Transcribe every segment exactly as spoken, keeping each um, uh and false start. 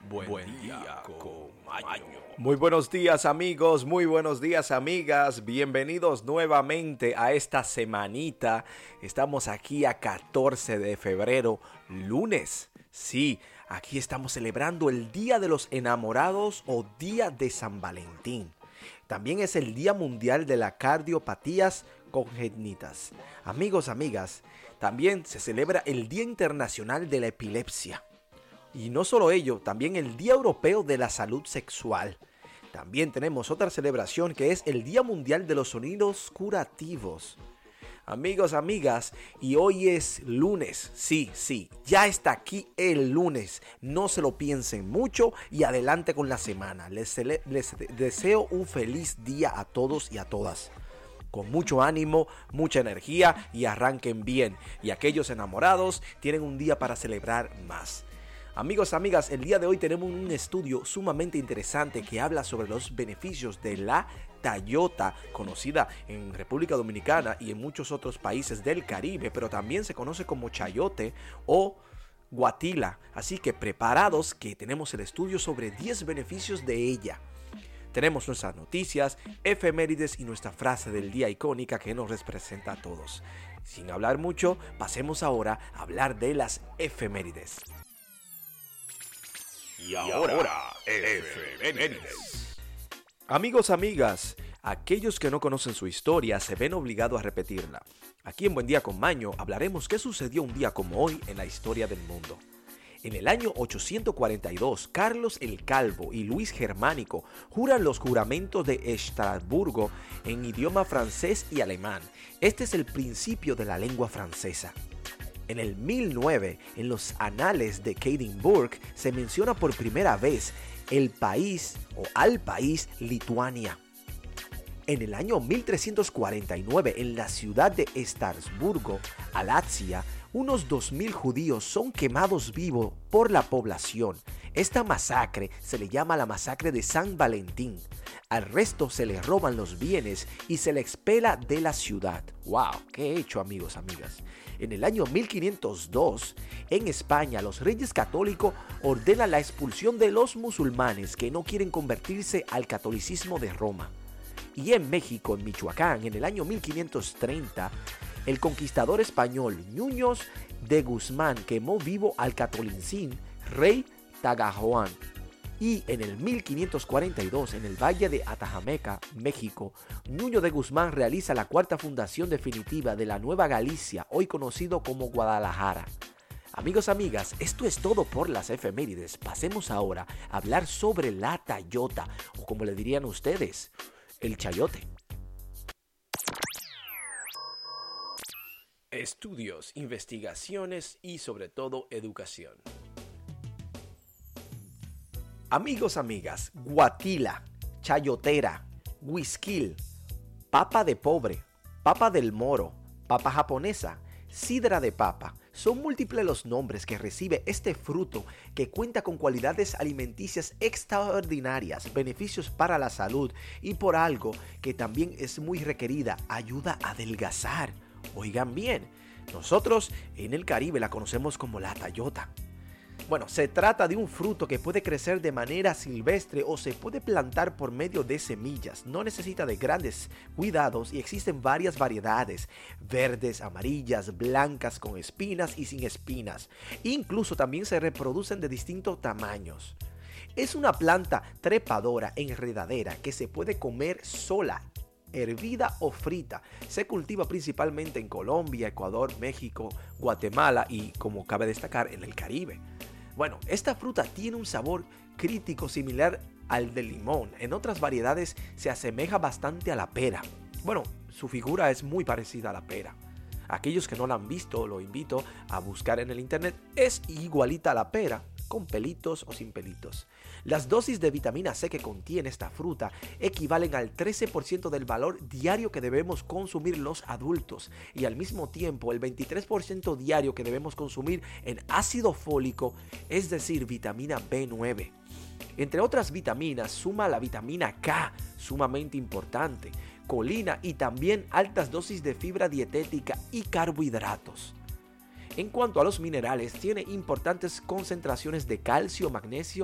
Buen, Buen día, día con Maño. Muy buenos días amigos, muy buenos días amigas, bienvenidos nuevamente a esta semanita. Estamos aquí a catorce de febrero, lunes. Sí, aquí estamos celebrando el Día de los Enamorados o Día de San Valentín. También es el Día Mundial de las Cardiopatías Congénitas. Amigos, amigas, también se celebra el Día Internacional de la Epilepsia. Y no solo ello, también el Día Europeo de la Salud Sexual. También tenemos otra celebración que es el Día Mundial de los Sonidos Curativos. Amigos, amigas, y hoy es lunes. Sí, sí, ya está aquí el lunes. No se lo piensen mucho y adelante con la semana. Les, les deseo un feliz día a todos y a todas. Con mucho ánimo, mucha energía y arranquen bien. Y aquellos enamorados tienen un día para celebrar más. Amigos, amigas, el día de hoy tenemos un estudio sumamente interesante que habla sobre los beneficios de la tayota, conocida en República Dominicana y en muchos otros países del Caribe, pero también se conoce como chayote o guatila. Así que preparados que tenemos el estudio sobre diez beneficios de ella. Tenemos nuestras noticias, efemérides y nuestra frase del día icónica que nos representa a todos. Sin hablar mucho, pasemos ahora a hablar de las efemérides. Y ahora, efemérides. Amigos, amigas, aquellos que no conocen su historia se ven obligados a repetirla. Aquí en Buen Día con Maño hablaremos qué sucedió un día como hoy en la historia del mundo. En el año ochocientos cuarenta y dos, Carlos el Calvo y Luis Germánico juran los juramentos de Estrasburgo en idioma francés y alemán. Este es el principio de la lengua francesa. En el mil nueve, en los anales de Edimburgo, se menciona por primera vez el país o al país Lituania. En el año mil trescientos cuarenta y nueve, en la ciudad de Estrasburgo, Alatzia, unos dos mil judíos son quemados vivos por la población. Esta masacre se le llama la masacre de San Valentín. Al resto se le roban los bienes y se le expela de la ciudad. ¡Wow! ¿Qué hecho, amigos, amigas? En el año mil quinientos dos, en España, los reyes católicos ordenan la expulsión de los musulmanes que no quieren convertirse al catolicismo de Roma. Y en México, en Michoacán, en el año mil quinientos treinta, el conquistador español Ñuñoz de Guzmán quemó vivo al catolincín rey Tagajoán. Y en el mil quinientos cuarenta y dos, en el valle de Atajameca, México, Ñuñoz de Guzmán realiza la cuarta fundación definitiva de la Nueva Galicia, hoy conocido como Guadalajara. Amigos, amigas, esto es todo por las efemérides. Pasemos ahora a hablar sobre la tayota, o como le dirían ustedes, el chayote. Estudios, investigaciones y sobre todo educación. Amigos, amigas, guatila, chayotera, whisky, papa de pobre, papa del moro, papa japonesa, sidra de papa. Son múltiples los nombres que recibe este fruto que cuenta con cualidades alimenticias extraordinarias, beneficios para la salud y por algo que también es muy requerida, ayuda a adelgazar. Oigan bien, nosotros en el Caribe la conocemos como la tayota. Bueno, se trata de un fruto que puede crecer de manera silvestre o se puede plantar por medio de semillas. No necesita de grandes cuidados y existen varias variedades, verdes, amarillas, blancas, con espinas y sin espinas. Incluso también se reproducen de distintos tamaños. Es una planta trepadora enredadera que se puede comer sola, hervida o frita. Se cultiva principalmente en Colombia, Ecuador, México, Guatemala y, como cabe destacar, en el Caribe. Bueno, esta fruta tiene un sabor crítico similar al del limón. En otras variedades se asemeja bastante a la pera. Bueno, su figura es muy parecida a la pera. Aquellos que no la han visto, lo invito a buscar en el internet. Es igualita a la pera, con pelitos o sin pelitos. Las dosis de vitamina C que contiene esta fruta equivalen al trece por ciento del valor diario que debemos consumir los adultos y al mismo tiempo el veintitrés por ciento diario que debemos consumir en ácido fólico, es decir, vitamina B nueve. Entre otras vitaminas suma la vitamina K, sumamente importante, colina y también altas dosis de fibra dietética y carbohidratos. En cuanto a los minerales, tiene importantes concentraciones de calcio, magnesio,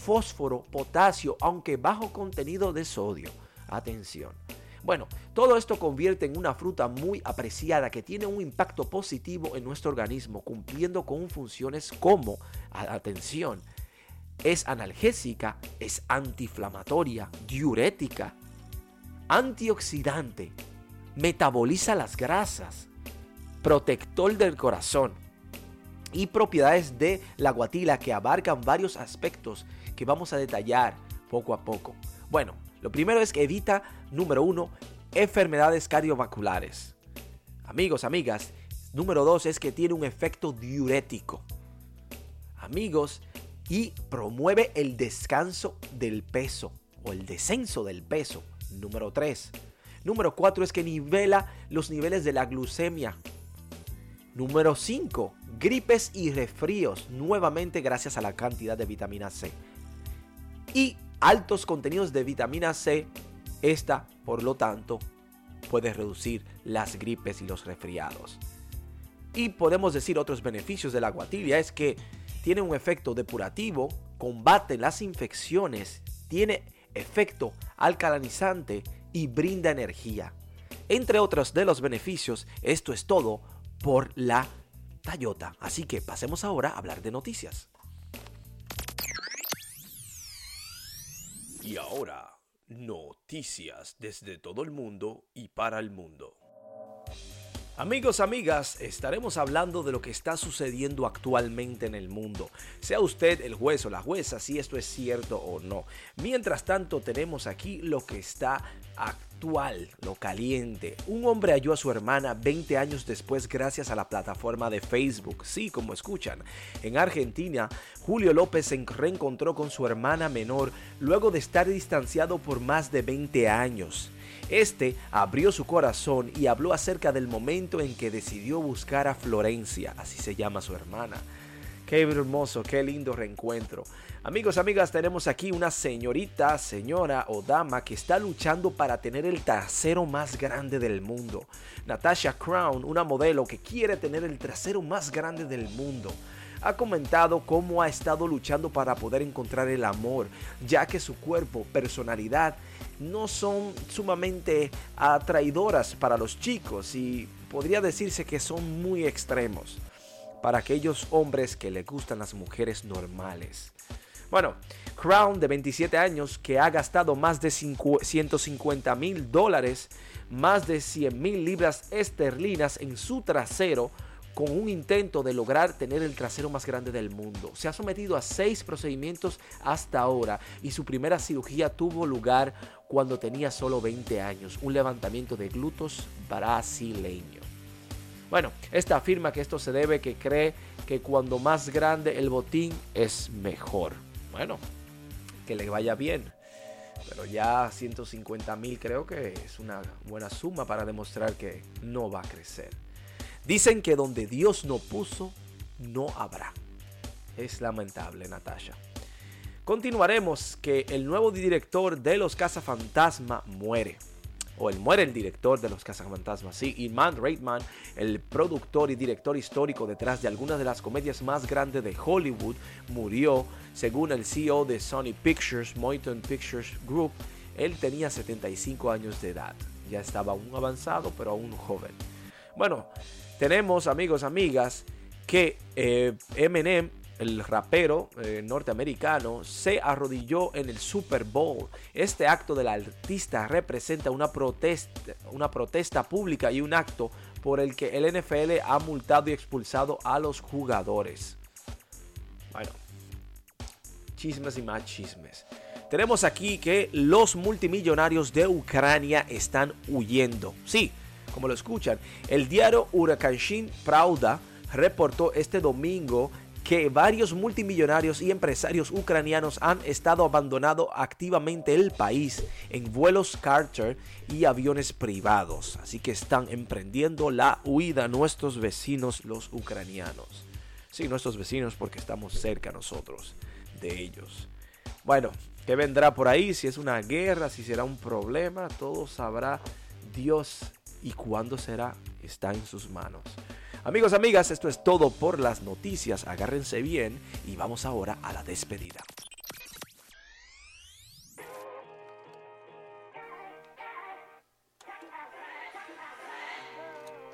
fósforo, potasio, aunque bajo contenido de sodio. Atención. Bueno, todo esto convierte en una fruta muy apreciada que tiene un impacto positivo en nuestro organismo, cumpliendo con funciones como, atención, es analgésica, es antiinflamatoria, diurética, antioxidante, metaboliza las grasas, protector del corazón y propiedades de la guatila que abarcan varios aspectos que vamos a detallar poco a poco. Bueno, lo primero es que evita, número uno, enfermedades cardiovasculares. Amigos, amigas, número dos es que tiene un efecto diurético. Amigos, y promueve el descanso del peso o el descenso del peso. Número tres. Número cuatro es que nivela los niveles de la glucemia. Número cinco. Gripes y resfríos, nuevamente gracias a la cantidad de vitamina C. Y altos contenidos de vitamina C, esta, por lo tanto, puede reducir las gripes y los resfriados. Y podemos decir otros beneficios de la guatilla es que tiene un efecto depurativo, combate las infecciones, tiene efecto alcalinizante y brinda energía. Entre otros de los beneficios, esto es todo por la Toyota. Así que pasemos ahora a hablar de noticias. Y ahora, noticias desde todo el mundo y para el mundo. Amigos, amigas, estaremos hablando de lo que está sucediendo actualmente en el mundo. Sea usted el juez o la jueza si esto es cierto o no. Mientras tanto, tenemos aquí lo que está actual, lo caliente. Un hombre halló a su hermana veinte años después gracias a la plataforma de Facebook. Sí, como escuchan. En Argentina, Julio López se reencontró con su hermana menor luego de estar distanciado por más de veinte años. Este abrió su corazón y habló acerca del momento en que decidió buscar a Florencia, así se llama su hermana. Qué hermoso, qué lindo reencuentro. Amigos, amigas, tenemos aquí una señorita, señora o dama que está luchando para tener el trasero más grande del mundo. Natasha Crown, una modelo que quiere tener el trasero más grande del mundo, ha comentado cómo ha estado luchando para poder encontrar el amor, ya que su cuerpo, personalidad, no son sumamente atraidoras para los chicos y podría decirse que son muy extremos para aquellos hombres que les gustan las mujeres normales. Bueno, Crown, de veintisiete años, que ha gastado más de ciento cincuenta mil dólares, más de cien mil libras esterlinas en su trasero, con un intento de lograr tener el trasero más grande del mundo. Se ha sometido a seis procedimientos hasta ahora y su primera cirugía tuvo lugar cuando tenía solo veinte años, un levantamiento de glúteos brasileño. Bueno, esta afirma que esto se debe que cree que cuando más grande el botín es mejor. Bueno, que le vaya bien. Pero ya ciento cincuenta mil creo que es una buena suma para demostrar que no va a crecer. Dicen que donde Dios no puso, no habrá. Es lamentable, Natasha. Continuaremos que el nuevo director de Los Cazafantasmas muere. O el muere el director de Los Cazafantasmas. Sí, Iman Reitman, el productor y director histórico detrás de algunas de las comedias más grandes de Hollywood, murió. Según el C E O de Sony Pictures, Motion Pictures Group, él tenía setenta y cinco años de edad. Ya estaba aún avanzado, pero aún joven. Bueno, tenemos, amigos, amigas, que eh, Eminem, el rapero eh, norteamericano, se arrodilló en el Super Bowl. Este acto del artista representa una protesta, una protesta pública y un acto por el que el N F L ha multado y expulsado a los jugadores. Bueno, chismes y más chismes. Tenemos aquí que los multimillonarios de Ucrania están huyendo. Sí, como lo escuchan, el diario Urakanshyn Pravda reportó este domingo que varios multimillonarios y empresarios ucranianos han estado abandonando activamente el país en vuelos charter y aviones privados. Así que están emprendiendo la huida nuestros vecinos, los ucranianos. Sí, nuestros vecinos, porque estamos cerca nosotros de ellos. Bueno, ¿qué vendrá por ahí? Si es una guerra, si será un problema, todo sabrá Dios. ¿Y cuándo será? Está en sus manos. Amigos, amigas, esto es todo por las noticias. Agárrense bien y vamos ahora a la despedida.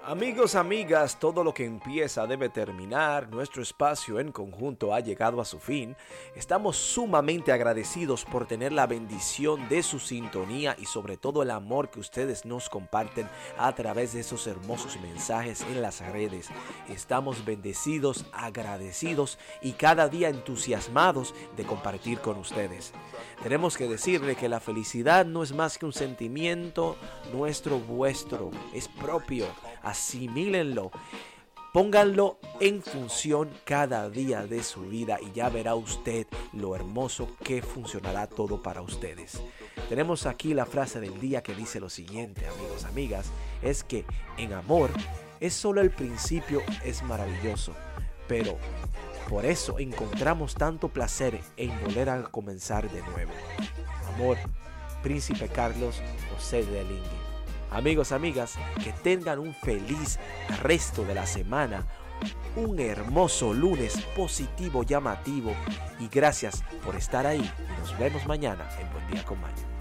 Amigos, amigas, todo lo que empieza debe terminar. Nuestro espacio en conjunto ha llegado a su fin. Estamos sumamente agradecidos por tener la bendición de su sintonía y sobre todo el amor que ustedes nos comparten a través de esos hermosos mensajes en las redes. Estamos bendecidos, agradecidos y cada día entusiasmados de compartir con ustedes. Tenemos que decirle que la felicidad no es más que un sentimiento nuestro, vuestro, es propio. Asimílenlo, pónganlo en función cada día de su vida y ya verá usted lo hermoso que funcionará todo para ustedes. Tenemos aquí la frase del día que dice lo siguiente, amigos, amigas, es que en amor es solo el principio, es maravilloso, pero por eso encontramos tanto placer en volver a comenzar de nuevo. Amor, Príncipe Carlos José de Alingui. Amigos, amigas, que tengan un feliz resto de la semana, un hermoso lunes positivo, llamativo y gracias por estar ahí. Nos vemos mañana en Buen Día con Maño.